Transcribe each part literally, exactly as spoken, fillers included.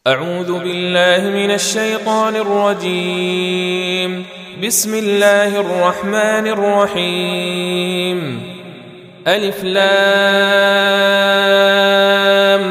أعوذ بالله من الشيطان الرجيم. بسم الله الرحمن الرحيم. ألف لام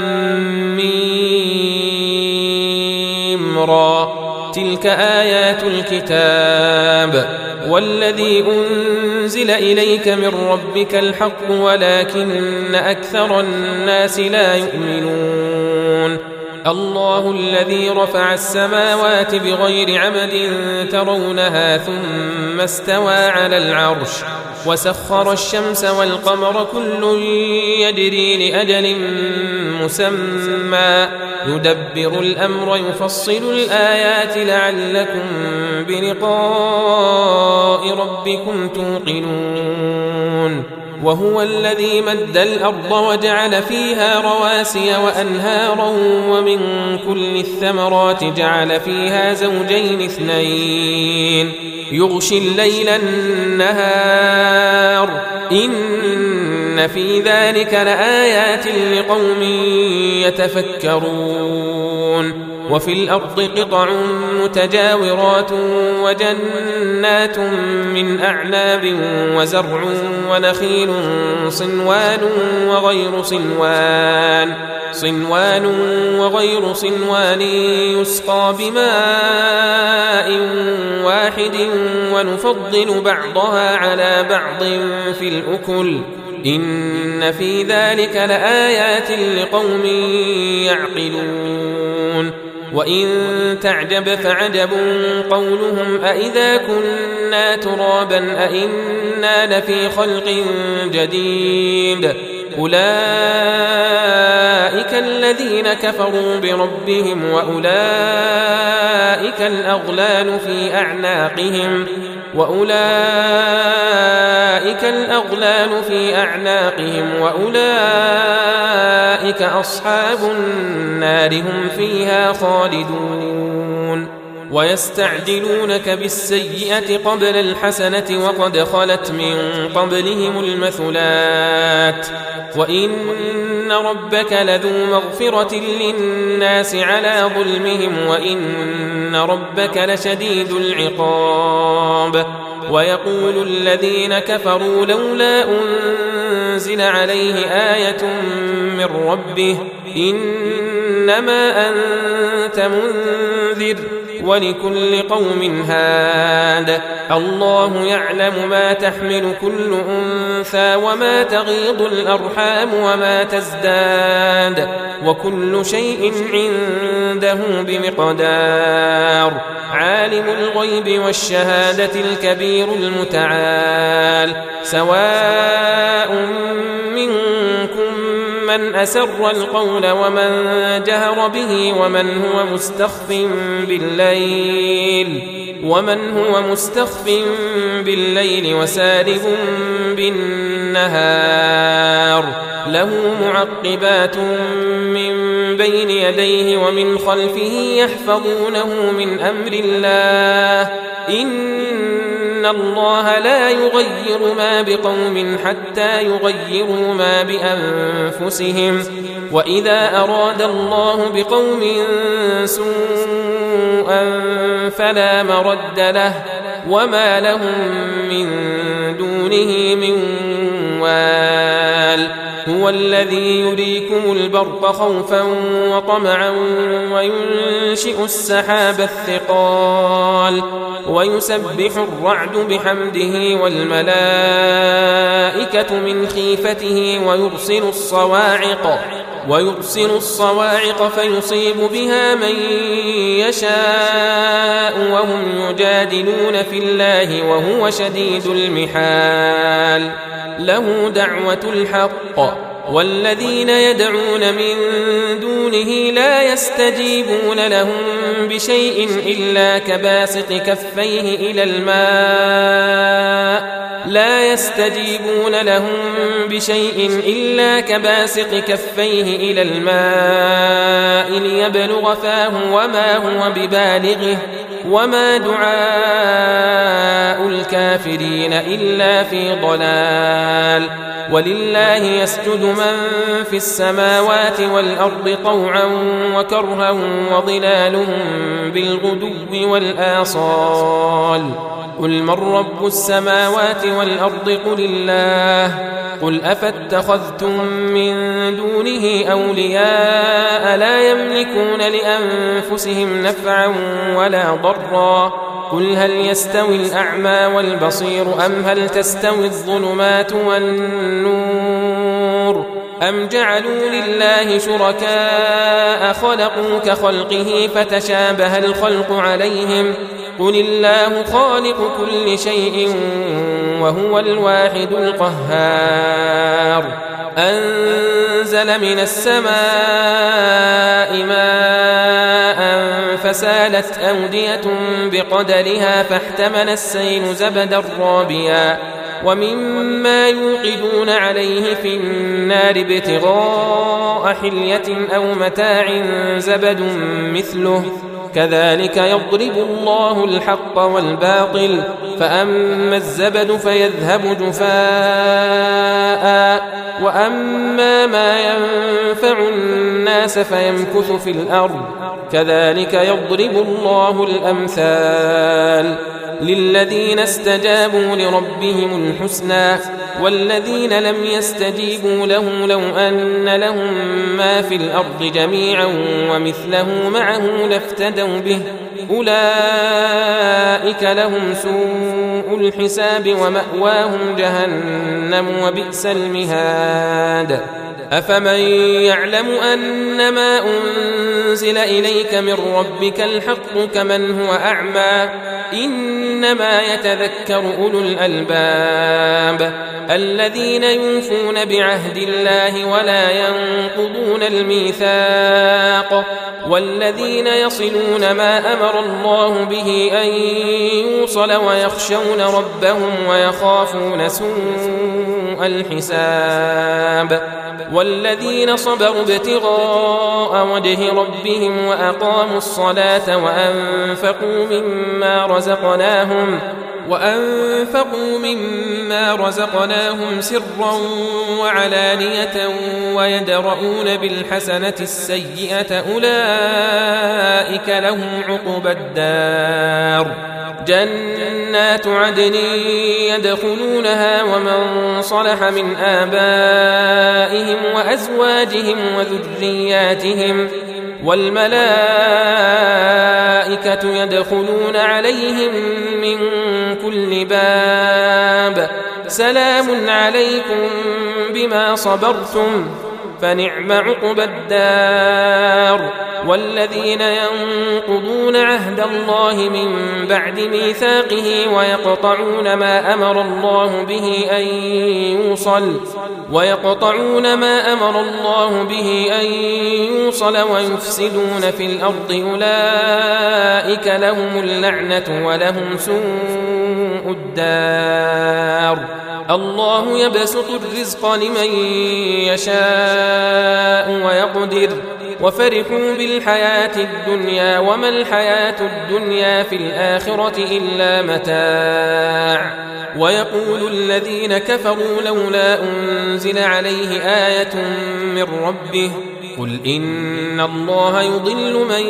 ميم را. تلك آيات الكتاب والذي أنزل إليك من ربك الحق ولكن أكثر الناس لا يؤمنون. الله الذي رفع السماوات بغير عمد ترونها ثم استوى على العرش وسخر الشمس والقمر كل يجري لأجل مسمى يدبر الأمر يفصل الآيات لعلكم بلقاء ربكم توقنون. وهو الذي مد الأرض وجعل فيها رواسي وأنهارا ومن كل الثمرات جعل فيها زوجين اثنين يغشي الليل النهار إن في ذلك لآيات لقوم يتفكرون. وفي الأرض قطع متجاورات وجنات من أعناب وزرع ونخيل صنوان وغير صنوان صنوان وغير صنوان يسقى بماء واحد ونفضل بعضها على بعض في الأكل إن في ذلك لآيات لقوم يعقلون. وإن تعجب فعجب قولهم أإذا كنا ترابا أإنا لفي خلق جديد أولئك الذين كفروا بربهم وأولئك الأغلال في أعناقهم وأولئك الأغلال في أعناقهم وأولئك أصحاب النار هم فيها خالدون. ويستعجلونك بالسيئة قبل الحسنة وقد خلت من قبلهم المثلات وإن ربك لذو مغفرة للناس على ظلمهم وإن ربك لشديد العقاب. ويقول الذين كفروا لولا أنزل عليه آية من ربه إنما أنت منذر ولكل قوم هاد الله يعلم ما تحمل كل أنثى وما تغيض الأرحام وما تزداد وكل شيء عنده بمقدار. عالم الغيب والشهادة الكبير المتعال سواء منكم من أسر القول ومن جهر به ومن هو مستخف بالليل ومن هو مستخف بالليل وسارب بالنهار له معقبات من بين يديه ومن خلفه يحفظونه من أمر الله إن الله لا يغير ما بقوم حتى يغيروا ما بأنفسهم وإذا أراد الله بقوم سوءا فلا مرد له وما لهم من دونه من وال. هو الذي يريكم البرق خوفا وطمعا وينشئ السحاب الثقال ويسبح الرعد بحمده والملائكة من خيفته ويرسل الصواعق ويرسل الصواعق فيصيب بها من يشاء وهم يجادلون في الله وهو شديد المحال. له دعوة الحق والذين يدعون من دونه لا يستجيبون لهم بشيء إلا كباسط كفيه إلى الماء لا يستجيبون لهم بشيء إلا كباسط كفيه إلى الماء ليبلغ فاه وما هو ببالغه وما دعاء الكافرين إلا في ضلال ولله يسجد من في السماوات والأرض طوعا وكرها وظلالهم بالغدو والآصال قل من رب السماوات والأرض قل الله قل أفاتخذتم من دونه أولياء لا يملكون لأنفسهم نفعا ولا ضرا قل هل يستوي الأعمى والبصير أم هل تستوي الظلمات والنور أم جعلوا لله شركاء خلقوا كخلقه فتشابه الخلق عليهم قل الله خالق كل شيء وهو الواحد القهار أنزل من السماء ماء فسالت أودية بقدرها فاحتمل السيل زبدا رابيا ومما يوقدون عليه في النار ابتغاء حلية أو متاع زبد مثله كذلك يضرب الله الحق والباطل فأما الزبد فيذهب جفاء وأما ما ينفع الناس فيمكث في الأرض كذلك يضرب الله الأمثال للذين استجابوا لربهم الحسنى والذين لم يستجيبوا له لو أن لهم ما في الأرض جميعا ومثله معه لافتدوا به أولئك لهم سوء الحساب ومأواهم جهنم وبئس المهاد أفمن يعلم أنما أنزل إليك من ربك الحق كمن هو أعمى إنما يتذكر أولو الألباب الذين يوفون بعهد الله ولا ينقضون الميثاق والذين يصلون ما أمر الله به أن يوصل ويخشون ربهم ويخافون سوء الحساب والذين صبروا ابتغاء وجه ربهم وأقاموا الصلاة وأنفقوا مما رزقناهم وأنفقوا مما رزقناهم سرا وعلانية ويدرؤون بالحسنة السيئة أولئك لهم عقبى الدار جنات عدن يدخلونها ومن صلح من آبائهم وأزواجهم وذرياتهم والملائكة يدخلون عليهم من كل باب سلام عليكم بما صبرتم فنعم عقبى الدار والذين ينقضون عهد الله من بعد ميثاقه ويقطعون ما أمر الله به أن يوصل ويقطعون ما أمر الله به أن يوصل ويفسدون في الأرض أولئك لهم اللعنة ولهم سوء الدار الله يبسط الرزق لمن يشاء ويقدر وفرحوا بالحياة الدنيا وما الحياة الدنيا في الآخرة إلا متاع ويقول الذين كفروا لولا أنزل عليه آية من ربه قل إن الله يضل من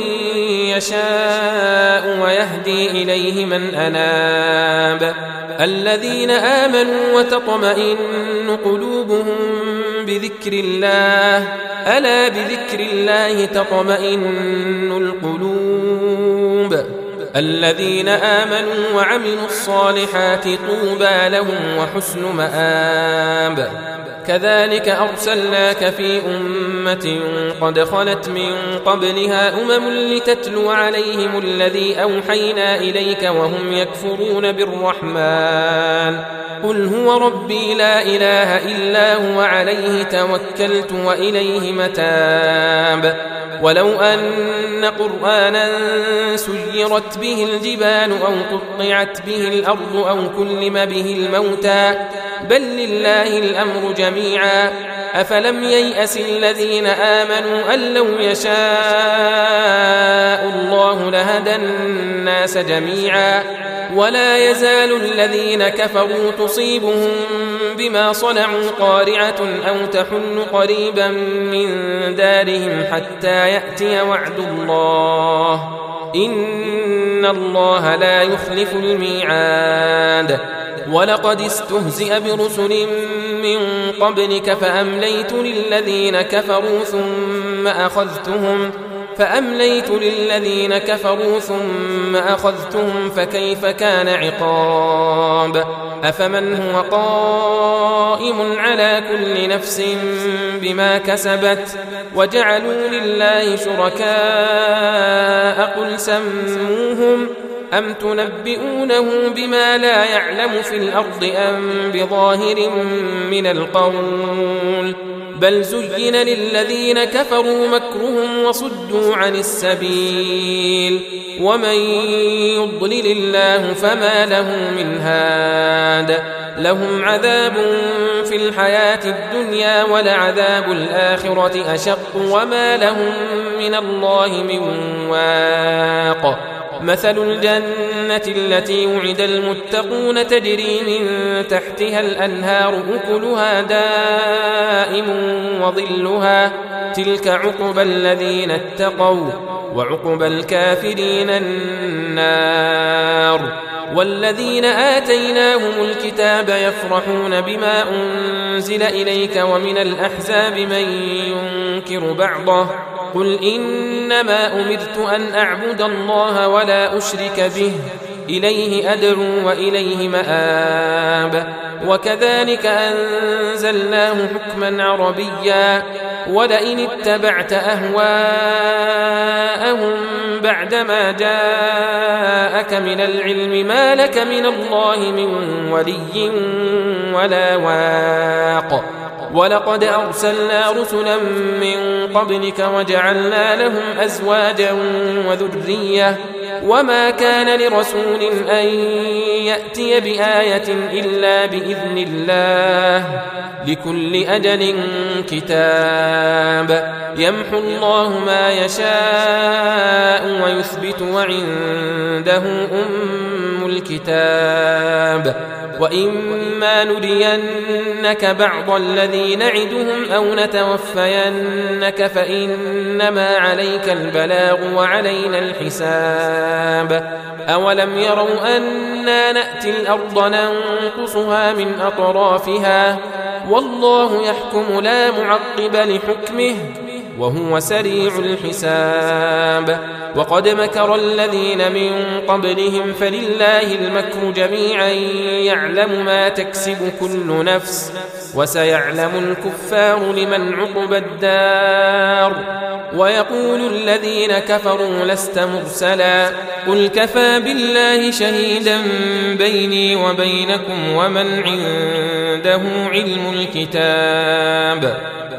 يشاء ويهدي إليه من أناب الذين آمنوا وتطمئن قلوبهم بذكر الله ألا بذكر الله تطمئن القلوب الذين آمنوا وعملوا الصالحات طوبى لهم وحسن مآب كذلك أرسلناك في أمة قد خلت من قبلها أمم لتتلو عليهم الذي أوحينا إليك وهم يكفرون بالرحمن قل هو ربي لا إله إلا هو عليه توكلت وإليه متاب ولو أن قرآنا سيرت به الجبال أو قطعت به الأرض أو كلم به الموتى بل لله الأمر جميعا أفلم ييأس الذين آمنوا أن لو يشاء الله لهدى الناس جميعا ولا يزال الذين كفروا تصيبهم بما صنعوا قارعة أو تحل قريبا من دارهم حتى يأتي وعد الله إن الله لا يخلف الميعاد. ولقد استهزئ برسل من قبلك فأمليت للذين كفروا ثم أخذتهم فأمليت للذين كفروا ثم أخذتهم فكيف كان عقاب. أفمن هو قائم على كل نفس بما كسبت وجعلوا لله شركاء قل سموهم أم تنبئونه بما لا يعلم في الأرض أم بظاهر من القول بل زين للذين كفروا مكرهم وصدوا عن السبيل ومن يضلل الله فما له من هاد. لهم عذاب في الحياة الدنيا ولعذاب الآخرة أشق وما لهم من الله من واق. مثل الجنة التي وعد المتقون تجري من تحتها الأنهار أكلها دائم وظلها تلك عقبى الذين اتقوا وعقبى الكافرين النار. والذين آتيناهم الكتاب يفرحون بما أنزل إليك ومن الأحزاب من ينكر بعضه قل إنما أمرت أن أعبد الله ولا أشرك به إليه أدعو وإليه مآب. وكذلك أنزلناه حكما عربيا ولئن اتبعت أهواءهم بعدما جاءك من العلم ما لك من الله من ولي ولا واق. ولقد أرسلنا رسلا من قبلك وجعلنا لهم أزواجا وذرية وما كان لرسول أن يأتي بآية إلا بإذن الله لكل أجل كتاب يمحو الله ما يشاء ويثبت وعنده أم الكتاب. وإما نرينك بعض الذي نعدهم أو نتوفينك فإنما عليك البلاغ وعلينا الحساب. أولم يروا أنا نأتي الأرض ننقصها من أطرافها والله يحكم لا معقب لحكمه وهو سريع الحساب. وقد مكر الذين من قبلهم فلله المكر جميعا يعلم ما تكسب كل نفس وسيعلم الكفار لمن عقبى الدار. ويقول الذين كفروا لست مرسلا قل كفى بالله شهيدا بيني وبينكم ومن عنده علم الكتاب.